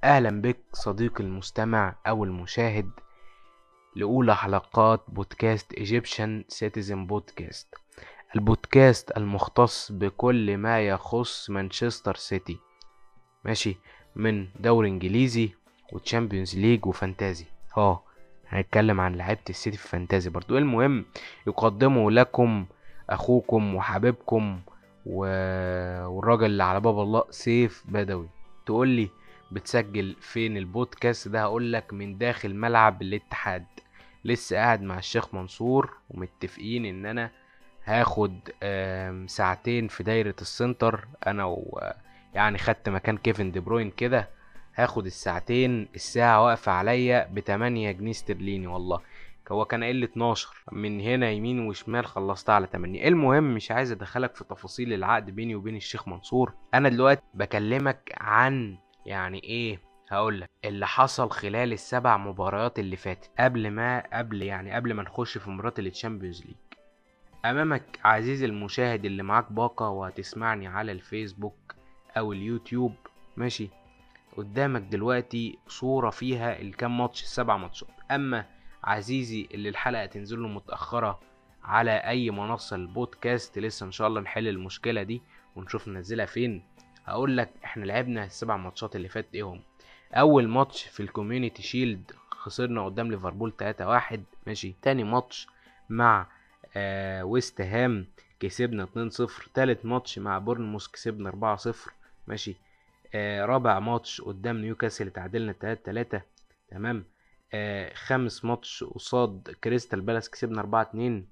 أهلا بك صديقي المستمع أو المشاهد لأولى حلقات بودكاست ايجيبشن سيتيزن بودكاست، البودكاست المختص بكل ما يخص مانشستر سيتي. ماشي، من دوري انجليزي وتشامبيونز ليج وفانتازي. هنتكلم عن لعيبة السيتي في فانتازي برضو. المهم، يقدمه لكم اخوكم وحبيبكم والراجل اللي على باب الله سيف بدوي. تقول لي بتسجل فين البودكاست ده؟ هقول لك من داخل ملعب الاتحاد. لسه قاعد مع الشيخ منصور ومتفقين ان انا هاخد ساعتين في دايرة السنتر، انا يعني خدت مكان كيفن دي بروين كده. هاخد الساعتين، الساعة واقفة عليا ب8 جنيه استرليني والله. هو كان قايل 12 من هنا يمين وشمال، خلصتها على 8. المهم، مش عايز ادخلك في تفاصيل العقد بيني وبين الشيخ منصور. انا دلوقتي بكلمك عن يعني ايه، هقولك اللي حصل خلال السبع مباريات اللي فاتت قبل ما نخش في مباراة التشامبيونز ليج. امامك عزيزي المشاهد اللي معاك باقة وهتسمعني على الفيسبوك او اليوتيوب، ماشي، قدامك دلوقتي صورة فيها الكام ماتش، السبع ماتشات. اما عزيزي اللي الحلقة تنزل له متأخرة على اي منصة البودكاست، لسه ان شاء الله نحل المشكلة دي ونشوف ننزلها فين. هقول لك احنا لعبنا السبع ماتشات اللي فاتت ايه هم. اول ماتش في الكوميونيتي شيلد خسرنا قدام ليفربول 3-1. ماشي. تاني ماتش مع ويست هام كسبنا 2-0. تالت ماتش مع بورنموث كسبنا 4-0. ماشي. رابع ماتش قدام نيوكاسل تعادلنا 3-3. تمام. خامس ماتش قصاد كريستال بالاس كسبنا 4-2.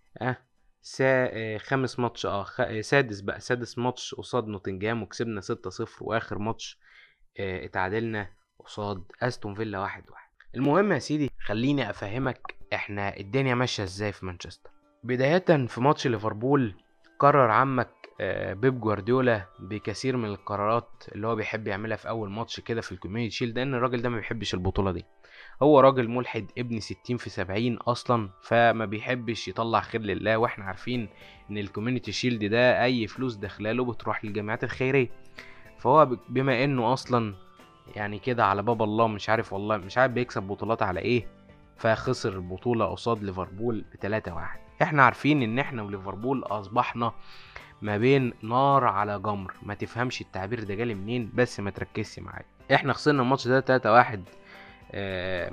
خامس ماتش سادس ماتش قصاد نوتنجهام وكسبنا 6-0. واخر ماتش اتعادلنا قصاد استون فيلا 1-1. المهم يا سيدي، خليني افهمك احنا الدنيا ماشيه ازاي في مانشستر. بداية في ماتش ليفربول، قرر عمك بيب جوارديولا بكثير من القرارات اللي هو بيحب يعملها في اول ماتش كده في الكوميونتي شيلد، لان الراجل ده ما بيحبش البطولة دي. هو راجل ملحد ابن 60 في 70 اصلا، فما بيحبش يطلع خير لله. واحنا عارفين ان الكوميونتي شيلد ده اي فلوس داخلاله بتروح للجمعيات الخيرية. فهو بما انه اصلا يعني كده على باب الله، مش عارف والله، مش عارف بيكسب بطولات على ايه، فخسر البطولة قصاد ليفربول ب3-1. احنا عارفين ان احنا وليفربول اصبحنا ما بين نار على جمر. ما تفهمش التعبير ده جالي منين، بس ما تركزش معايا. احنا خسرنا الماتش ده 3-1. آه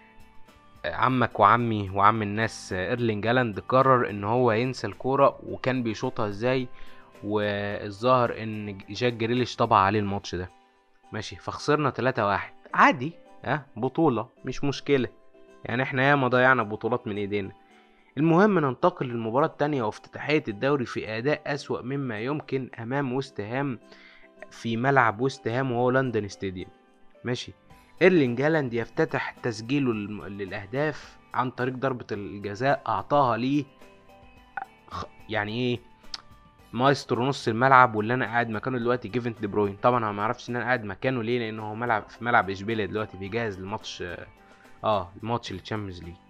عمك وعمي وعم الناس ايرلينج هالاند قرر ان هو ينسى الكورة وكان بيشوطها ازاي، والظاهر ان جاك جريليش طبع عليه الماتش ده. ماشي. فخسرنا 3-1 عادي، بطولة مش مشكلة، يعني احنا ياما ضيعنا بطولات من ايدينا. المهم ننتقل للمباراة التانية وافتتاحية الدوري في اداء اسوأ مما يمكن امام ويست هام في ملعب ويست هام وهو لندن ستاديوم. ماشي. ايرلينج هالاند يفتتح تسجيله للاهداف عن طريق ضربة الجزاء اعطاها ليه يعني ايه مايسترو نص الملعب، واللي انا قاعد مكانه دلوقتي كيفن دي بروين. طبعا هو ما يعرفش ان انا قاعد مكانه ليه، لانه هو في ملعب اشبيليه دلوقتي بيجهز للماتش الماتش الشامبيونز ليج.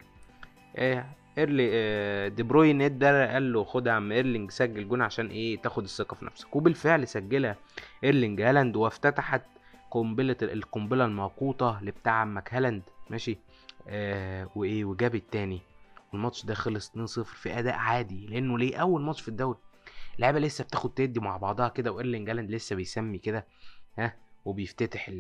ايرلي دي بروين قال له خد يا عم ايرلينج سجل جون عشان ايه تاخد الثقه في نفسك. وبالفعل سجلها ايرلينج هالاند وافتتحت القنبله الموقوته اللي بتاع عمك هالاند. ماشي. وجاب التاني، والماتش ده خلص 2-0 في اداء عادي، لانه ليه اول ماتش في الدوري. اللعبه لسه بتاخد تدي مع بعضها كده، وايرلينج هالاند لسه بيسمي كده وبيفتتح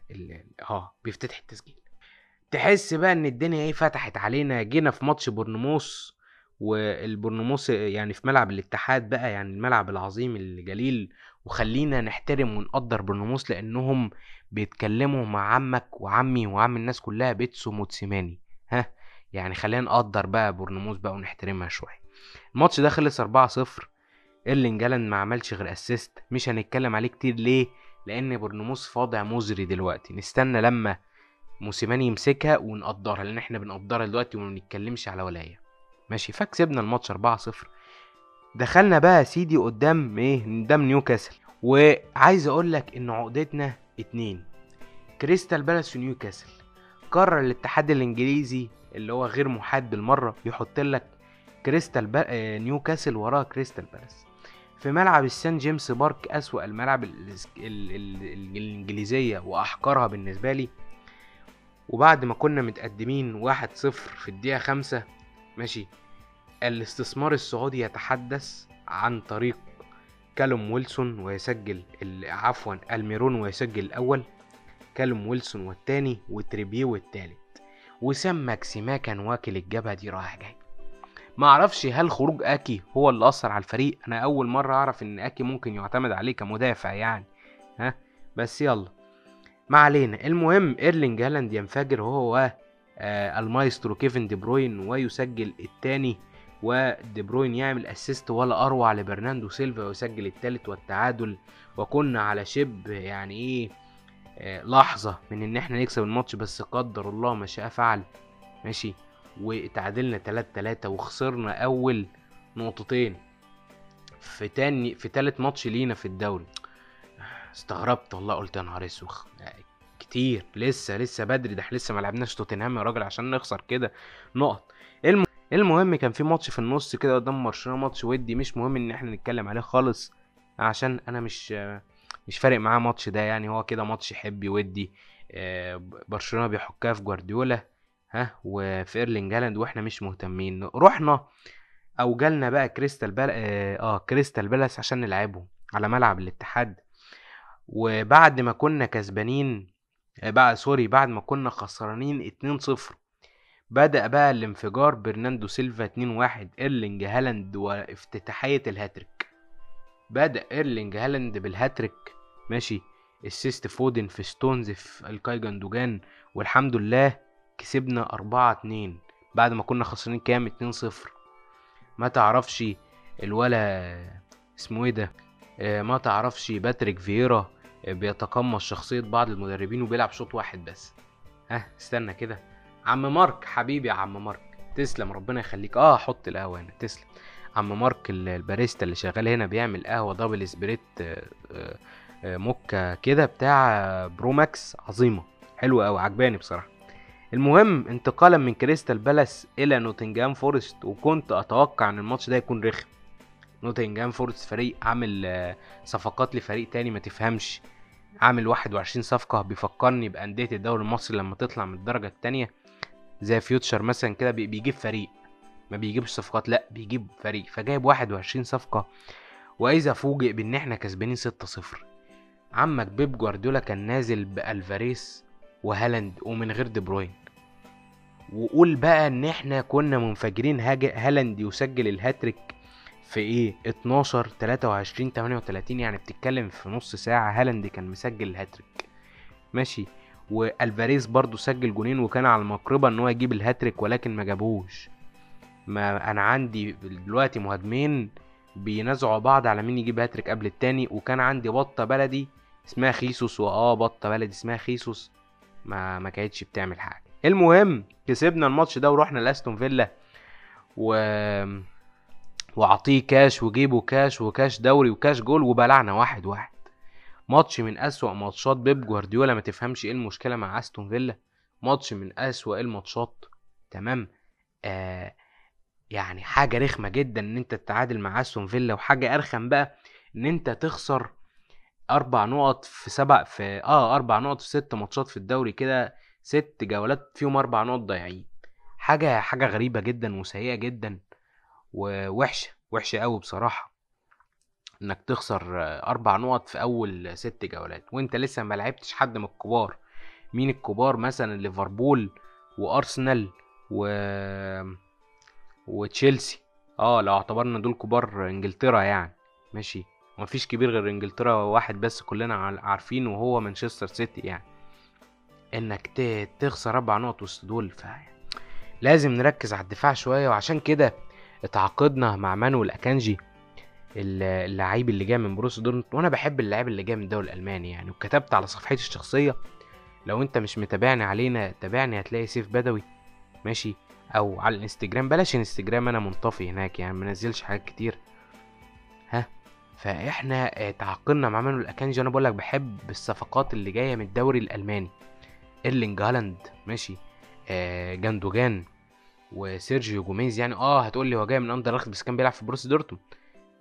بيفتتح التسجيل. تحس بقى ان الدنيا فتحت علينا. جينا في ماتش بورنموث، والبورنموث يعني في ملعب الاتحاد بقى، يعني الملعب العظيم الجليل. وخلينا نحترم ونقدر بورنموث لانهم بيتكلموا مع عمك وعمي وعم الناس كلها بيتسو موتسيماني. يعني خلينا نقدر بقى بورنموث بقى ونحترمها شويه. الماتش ده خلص 4-0. ايرلينج هالاند ما عملش غير اسيست، مش هنتكلم عليه كتير. ليه؟ لان بورنموث في وضع مزري دلوقتي. نستنى لما موسيماني يمسكها ونقدرها، لان احنا بنقدرها دلوقتي وما بنتكلمش على ولايه. ماشي. فكسبنا الماتش 4-0. دخلنا بقى يا سيدي قدام نيوكاسل. وعايز اقول لك ان عقدتنا 2 كريستال بالاس ونيوكاسل. قرر الاتحاد الانجليزي اللي هو غير محاد بالمره يحط لك نيوكاسل وراها كريستال بالاس. في ملعب السان جيمس بارك، اسوأ الملاعب الانجليزيه واحقرها بالنسبه لي. وبعد ما كنا متقدمين 1-0 في الدقيقه 5 ماشي، الاستثمار السعودي يتحدث عن طريق كالوم ويلسون ويسجل عفوا الميرون ويسجل الاول، كالوم ويلسون والتاني، وتريبيو والتالت، وسام ماكسيما كان واكل الجبهه دي رايح جاي. ما اعرفش هل خروج اكي هو اللي اثر على الفريق، انا اول مره اعرف ان اكي ممكن يعتمد عليه كمدافع يعني. بس يلا ما علينا. المهم ايرلينج هالاند ينفجر هو المايسترو كيفن دي بروين ويسجل الثاني، ودي بروين يعمل اسيست ولا اروع لبرناندو سيلفا ويسجل الثالث والتعادل. وكنا على شب يعني ايه لحظه من ان احنا نكسب الماتش، بس قدر الله ما شاء فعل ماشي. وتعادلنا 3-3 وخسرنا اول نقطتين في تالت ماتش لينا في الدوري. استغربت والله، قلت يا نهار اسوخ كتير، لسه بدري، ده احنا لسه ما لعبناش توتنهام يا راجل عشان نخسر كده نقط. المهم كان في ماتش في النص كده قدام برشلونه، ماتش ودي مش مهم ان احنا نتكلم عليه خالص، عشان انا مش فارق معاه ماتش ده يعني، هو كده ماتش حبي ودي. برشلونه بيحكها في جوارديولا وفي ايرلينج هالاند واحنا مش مهتمين. رحنا او جالنا بقى كريستال بالاس عشان نلعبهم على ملعب الاتحاد. وبعد ما كنا كسبانين بعد ما كنا خسرانين 2-0، بدأ بقى الانفجار. برناندو سيلفا 2-1، ايرلينج هالاند وافتتاحية الهاتريك. بدأ ايرلينج هالاند بالهاتريك ماشي، اسيست فودن في ستونز في الكاي جندوجان، والحمد لله كسبنا 4-2 بعد ما كنا خسرانين كام 2-0. ما تعرفش الولا اسمه ايه ده، ما تعرفش باتريك فييرا بيتقمص شخصية بعض المدربين وبيلعب شوط واحد بس. استنى كده، عم مارك حبيبي يا عم مارك، تسلم ربنا يخليك. حط القهوة هنا، تسلم عم مارك الباريستا اللي شغال هنا، بيعمل قهوة دبل اسبريت موكا كده بتاع بروماكس عظيمة حلوة قوي عجباني بصراحة. المهم انتقالا من كريستال بالاس الى نوتنجهام فورست، وكنت اتوقع ان الماتش ده يكون رخم. نوتنجهام فورست فريق عامل صفقات لفريق تاني ما تفهمش، عامل 21 صفقة، بيفكرني بأندية الدوري المصري لما تطلع من الدرجة التانية زي فيوتشر مثلا كده، بيجيب فريق ما بيجيبش صفقات، لا بيجيب فريق، فجايب 21 صفقة. وإذا فوجئ بإن احنا كسبانين 6-0. عمك بيب جوارديولا كان نازل بألفاريس وهالاند ومن غير دي بروين، وقول بقى ان احنا كنا منفجرين. هالاند يسجل الهاتريك في 12 23 38، يعني بتتكلم في نص ساعة هالاند كان مسجل الهاتريك ماشي. والفاريز برضو سجل جونين وكان على المقربة ان هو يجيب الهاتريك ولكن ما جابوش. ما انا عندي دلوقتي مهاجمين بينازعوا بعض على مين يجيب هاتريك قبل التاني، وكان عندي بطة بلدي اسمها خيسوس، بطة بلدي اسمها خيسوس ما كانتش بتعمل حاجة. المهم كسبنا الماتش ده ورحنا لاستون فيلا وعطيه كاش وجيبه كاش وكاش دوري وكاش جول وبلعنا 1-1. ماتش من اسوأ ماتشات بيب جوارديولا، ما تفهمش ايه المشكلة مع استون فيلا، ماتش من اسوأ الماتشات تمام. يعني حاجة رخمة جدا ان انت تتعادل مع استون فيلا، وحاجة ارخم بقى ان انت تخسر 4 نقط في 4 نقط في 6 ماتشات في الدوري كده، 6 جولات فيهم 4 نقط ضايعين. حاجة غريبة جدا وسيئة جدا ووحشة قوي بصراحة، انك تخسر 4 نقط في اول 6 جولات وانت لسه ما لعبتش حد من الكبار. مين الكبار؟ مثلا ليفربول وارسنال وتشيلسي، لو اعتبرنا دول كبار انجلترا يعني ماشي. ومفيش كبير غير انجلترا واحد بس كلنا عارفينه وهو مانشستر سيتي. يعني انك تخسر 4 نقط وسط دول، لازم نركز على الدفاع شوية. وعشان كده اتعاقدنا مع مانويل اكانجي اللعيب اللي جاي من بروسيا دورتموند، وانا بحب اللعيب اللي جاي من الدوري الالماني يعني. وكتبت على صفحتي الشخصيه، لو انت مش متابعني علينا تابعني، هتلاقي سيف بدوي ماشي، او على الانستجرام، بلاش انستجرام انا منطفي هناك يعني منزلش حاجات كتير. فاحنا تعاقدنا مع مانويل اكانجي، انا بقول لك بحب الصفقات اللي جايه من الدوري الالماني. ايرلينج هالاند ماشي، جاندوجان وسيرجيو جوميز. يعني هتقول لي هو جاي من اندرلخت بس كان بيلعب في بروسيا دورتموند.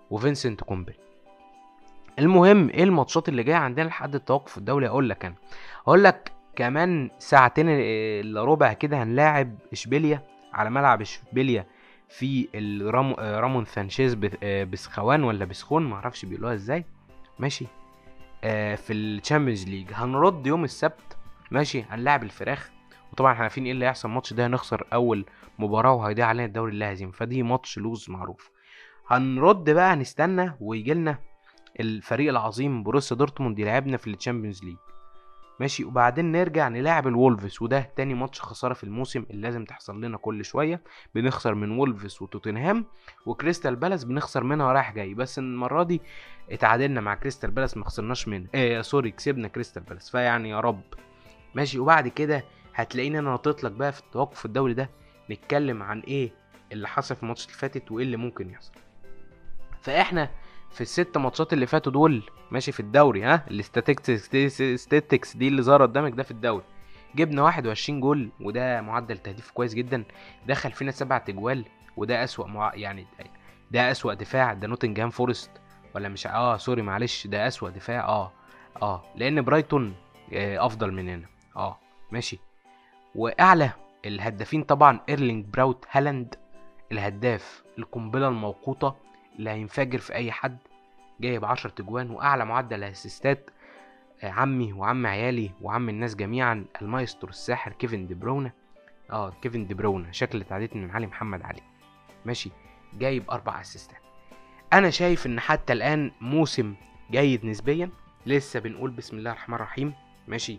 وفينسنت كومباني. المهم ايه الماتشات اللي جايه عندنا لحد التوقف الدولي؟ اقول لك كمان ساعتين الا ربع كده هنلاعب اشبيليا على ملعب اشبيليا في رامون سانشيز بسخوان ولا بسخون، معرفش بيقولوها ازاي. ماشي. في الشامبيونز ليج هنرد يوم السبت. ماشي. هنلاعب الفراخ، وطبعا احنا عارفين ايه اللي هيحصل. الماتش ده هنخسر اول مباراه وهيضيع علينا الدوري اللا هزيمه، فدي ماتش لوز معروف. هنرد بقى، هنستنى ويجي لنا الفريق العظيم بروسيا دورتموند يلعبنا في الشامبيونز ليج. ماشي. وبعدين نرجع نلاعب الولفز، وده تاني ماتش خساره في الموسم اللي لازم تحصل لنا كل شويه. بنخسر من وولفز وتوتنهام وكريستال بالاس، بنخسر منها رايح جاي، بس المره دي اتعادلنا مع كريستال بالاس، ما خسرناش منها. سوري، كسبنا كريستال بالاس، فيعني يا رب. ماشي. وبعد كده هتلاقيني انا نطيت لك بقى في التوقف الدولي ده نتكلم عن ايه اللي حصل في الماتش اللي فاتت وايه اللي ممكن يحصل. فاحنا في الست ماتشات اللي فاتوا دول، ماشي، في الدوري، الاستاتيكس دي اللي ظهر قدامك ده في الدوري، جبنا 21 جول، وده معدل تهديف كويس جدا. دخل فينا 7 تجوال، وده اسوأ يعني ده اسوأ دفاع. ده نوتنجهام فورست ولا مش سوري معلش، ده اسوأ دفاع. لان برايتون افضل مننا. ماشي. واعلى الهدافين طبعا ايرلينج براوت هالاند، الهداف القنبله الموقوته اللي هينفجر في اي حد، جايب 10 تجوان. واعلى معدل اسيستات عمي وعم عيالي وعم الناس جميعا، المايسترو الساحر كيفن دي برونا. كيفن دي برونا، شكل تعديت من علي محمد علي. ماشي. جايب 4 اسيستات. انا شايف ان حتى الان موسم جيد نسبيا، لسه بنقول بسم الله الرحمن الرحيم. ماشي.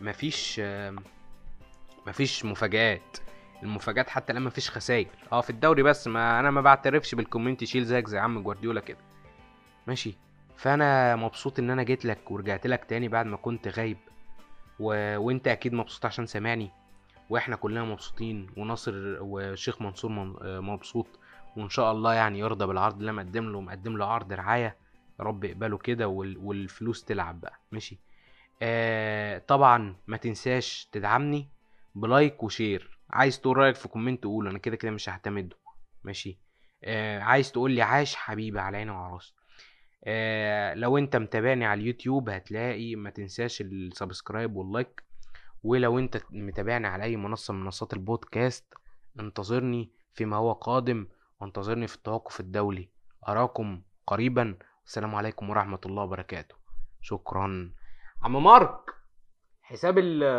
مفيش مفاجآت. المفاجآت حتى الان مفيش خسائر في الدوري، بس ما انا ما بعترفش بالكوميونتي شيل زي عم جوارديولا كده. ماشي. فانا مبسوط ان انا جيت لك ورجعت لك تاني بعد ما كنت غايب، وانت اكيد مبسوط عشان سامعني، واحنا كلنا مبسوطين، وناصر والشيخ منصور مبسوط، وان شاء الله يعني يرضى بالعرض اللي انا مقدم له عرض رعايه، يا رب يقبله كده والفلوس تلعب بقى. ماشي. طبعا ما تنساش تدعمني بلايك وشير. عايز تقول رايك في كومنت قول، انا كده كده مش هعتمده. ماشي. عايز تقول لي عاش حبيبي على عيني وعلى راسي. لو انت متابعني على اليوتيوب هتلاقي ما تنساش السبسكرايب واللايك. ولو انت متابعني على اي منصة من منصات البودكاست، انتظرني فيما هو قادم، وانتظرني في التوقف الدولي. اراكم قريبا، والسلام عليكم ورحمة الله وبركاته. شكرا. عم مارك، حساب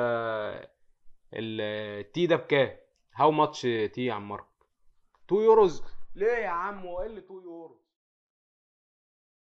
التي ده بكام؟ هاو ماتش تي يا عم مارك؟ 2 يوروز؟ ليه يا عم، هو ايه اللي 2 يورو؟